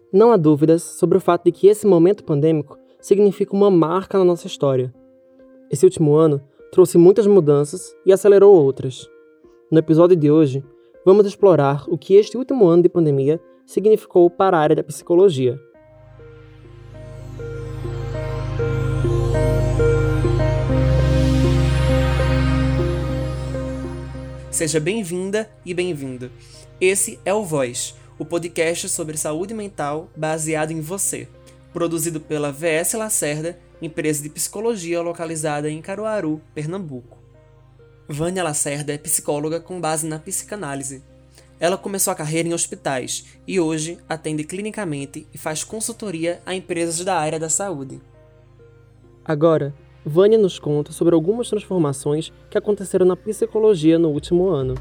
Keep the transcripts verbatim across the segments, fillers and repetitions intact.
Não há dúvidas sobre o fato de que esse momento pandêmico significa uma marca na nossa história. Esse último ano trouxe muitas mudanças e acelerou outras. No episódio de hoje, vamos explorar o que este último ano de pandemia significou para a área da psicologia. Seja bem-vinda e bem-vindo. Esse é o Voz, o podcast sobre saúde mental baseado em você, produzido pela V S Lacerda, empresa de psicologia localizada em Caruaru, Pernambuco. Vânia Lacerda é psicóloga com base na psicanálise. Ela começou a carreira em hospitais e hoje atende clinicamente e faz consultoria a empresas da área da saúde. Agora, Vânia nos conta sobre algumas transformações que aconteceram na psicologia no último ano.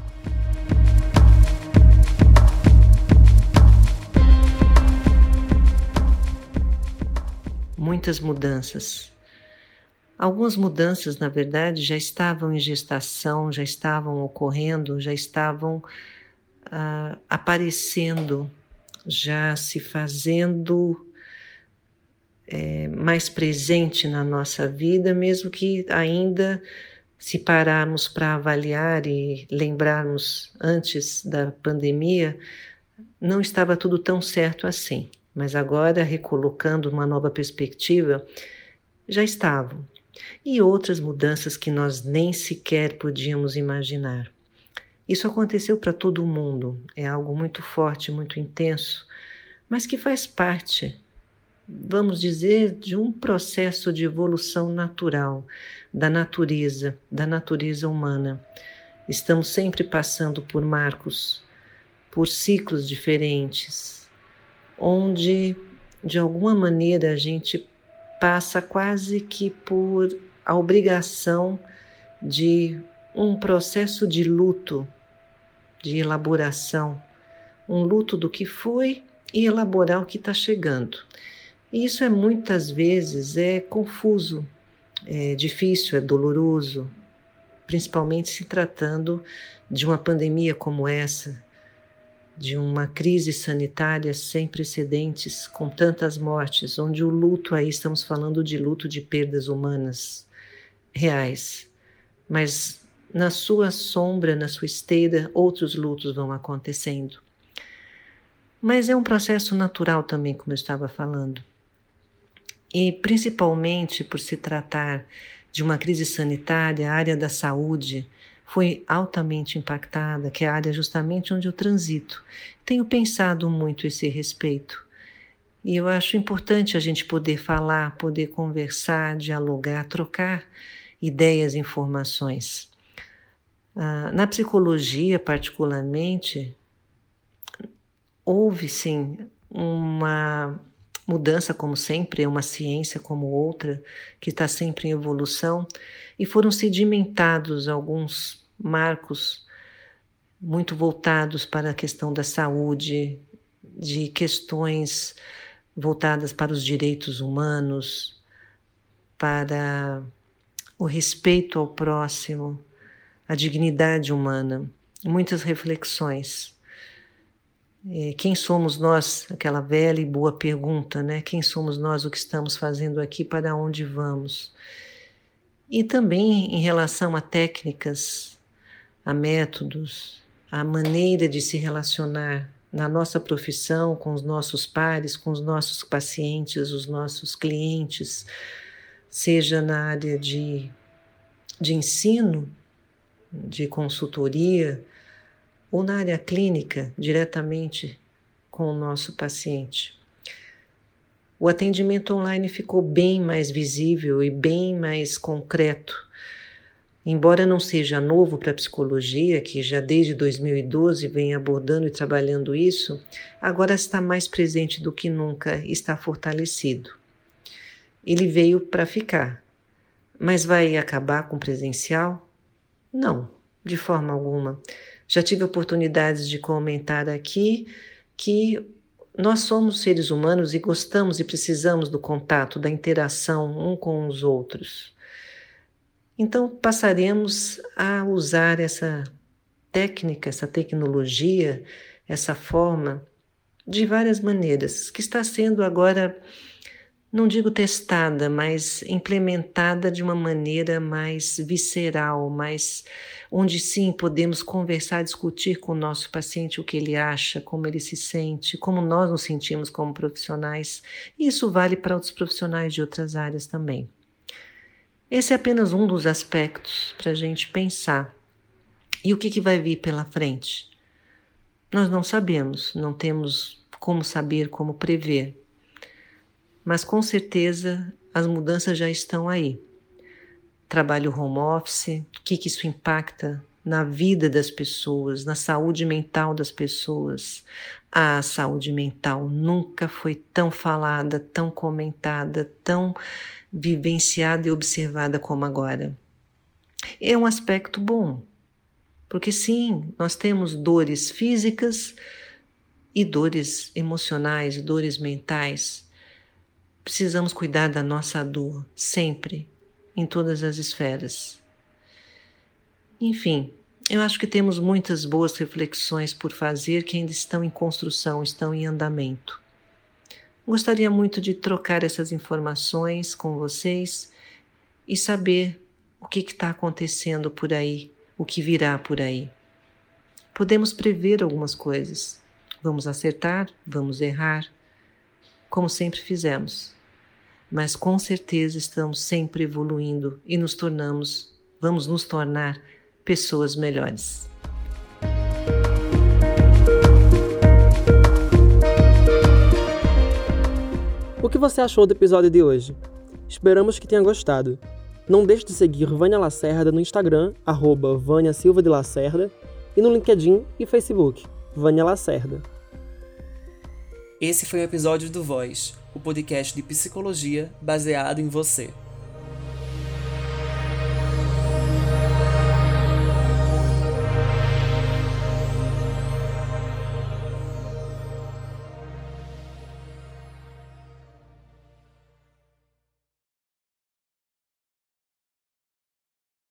Muitas mudanças. Algumas mudanças, na verdade, já estavam em gestação, já estavam ocorrendo, já estavam ah, aparecendo, já se fazendo É, mais presente na nossa vida, mesmo que ainda, se pararmos para avaliar e lembrarmos antes da pandemia, não estava tudo tão certo assim. Mas agora, recolocando uma nova perspectiva, já estavam. E outras mudanças que nós nem sequer podíamos imaginar. Isso aconteceu para todo mundo, é algo muito forte, muito intenso, mas que faz parte, vamos dizer, de um processo de evolução natural da natureza, da natureza humana. Estamos sempre passando por marcos, por ciclos diferentes, onde, de alguma maneira, a gente passa quase que por a obrigação de um processo de luto, de elaboração, um luto do que foi e elaborar o que está chegando. E isso é muitas vezes é confuso, é difícil, é doloroso, principalmente se tratando de uma pandemia como essa, de uma crise sanitária sem precedentes, com tantas mortes, onde o luto, aí estamos falando de luto de perdas humanas reais, mas na sua sombra, na sua esteira, outros lutos vão acontecendo. Mas é um processo natural também, como eu estava falando. E principalmente por se tratar de uma crise sanitária, a área da saúde foi altamente impactada, que é a área justamente onde eu transito. Tenho pensado muito a esse respeito. E eu acho importante a gente poder falar, poder conversar, dialogar, trocar ideias e informações. Ah, na psicologia, particularmente, houve sim uma mudança, como sempre, é uma ciência como outra, que está sempre em evolução, e foram sedimentados alguns marcos muito voltados para a questão da saúde, de questões voltadas para os direitos humanos, para o respeito ao próximo, a dignidade humana, muitas reflexões. Quem somos nós? Aquela velha e boa pergunta, né? Quem somos nós? O que estamos fazendo aqui? Para onde vamos? E também em relação a técnicas, a métodos, a maneira de se relacionar na nossa profissão, com os nossos pares, com os nossos pacientes, os nossos clientes, seja na área de, de ensino, de consultoria, ou na área clínica, diretamente com o nosso paciente. O atendimento online ficou bem mais visível e bem mais concreto. Embora não seja novo para a psicologia, que já desde dois mil e doze vem abordando e trabalhando isso, agora está mais presente do que nunca, está fortalecido. Ele veio para ficar, mas vai acabar com o presencial? Não, de forma alguma. Já tive oportunidades de comentar aqui que nós somos seres humanos e gostamos e precisamos do contato, da interação um com os outros. Então, passaremos a usar essa técnica, essa tecnologia, essa forma de várias maneiras, que está sendo agora, não digo testada, mas implementada de uma maneira mais visceral, mais onde sim podemos conversar, discutir com o nosso paciente o que ele acha, como ele se sente, como nós nos sentimos como profissionais. E isso vale para outros profissionais de outras áreas também. Esse é apenas um dos aspectos para a gente pensar. E o que, que vai vir pela frente? Nós não sabemos, não temos como saber, como prever. Mas com certeza as mudanças já estão aí. Trabalho home office, o que, que isso impacta na vida das pessoas, na saúde mental das pessoas. A saúde mental nunca foi tão falada, tão comentada, tão vivenciada e observada como agora. É um aspecto bom, porque sim, nós temos dores físicas e dores emocionais, dores mentais. Precisamos cuidar da nossa dor, sempre, em todas as esferas. Enfim, eu acho que temos muitas boas reflexões por fazer que ainda estão em construção, estão em andamento. Gostaria muito de trocar essas informações com vocês e saber o que está acontecendo por aí, o que virá por aí. Podemos prever algumas coisas. Vamos acertar, vamos errar, como sempre fizemos. Mas com certeza estamos sempre evoluindo e nos tornamos, vamos nos tornar pessoas melhores. O que você achou do episódio de hoje? Esperamos que tenha gostado. Não deixe de seguir Vânia Lacerda no Instagram, arroba Vânia Silva de Lacerda, e no LinkedIn e Facebook, Vânia Lacerda. Esse foi o episódio do Voz, o podcast de psicologia baseado em você.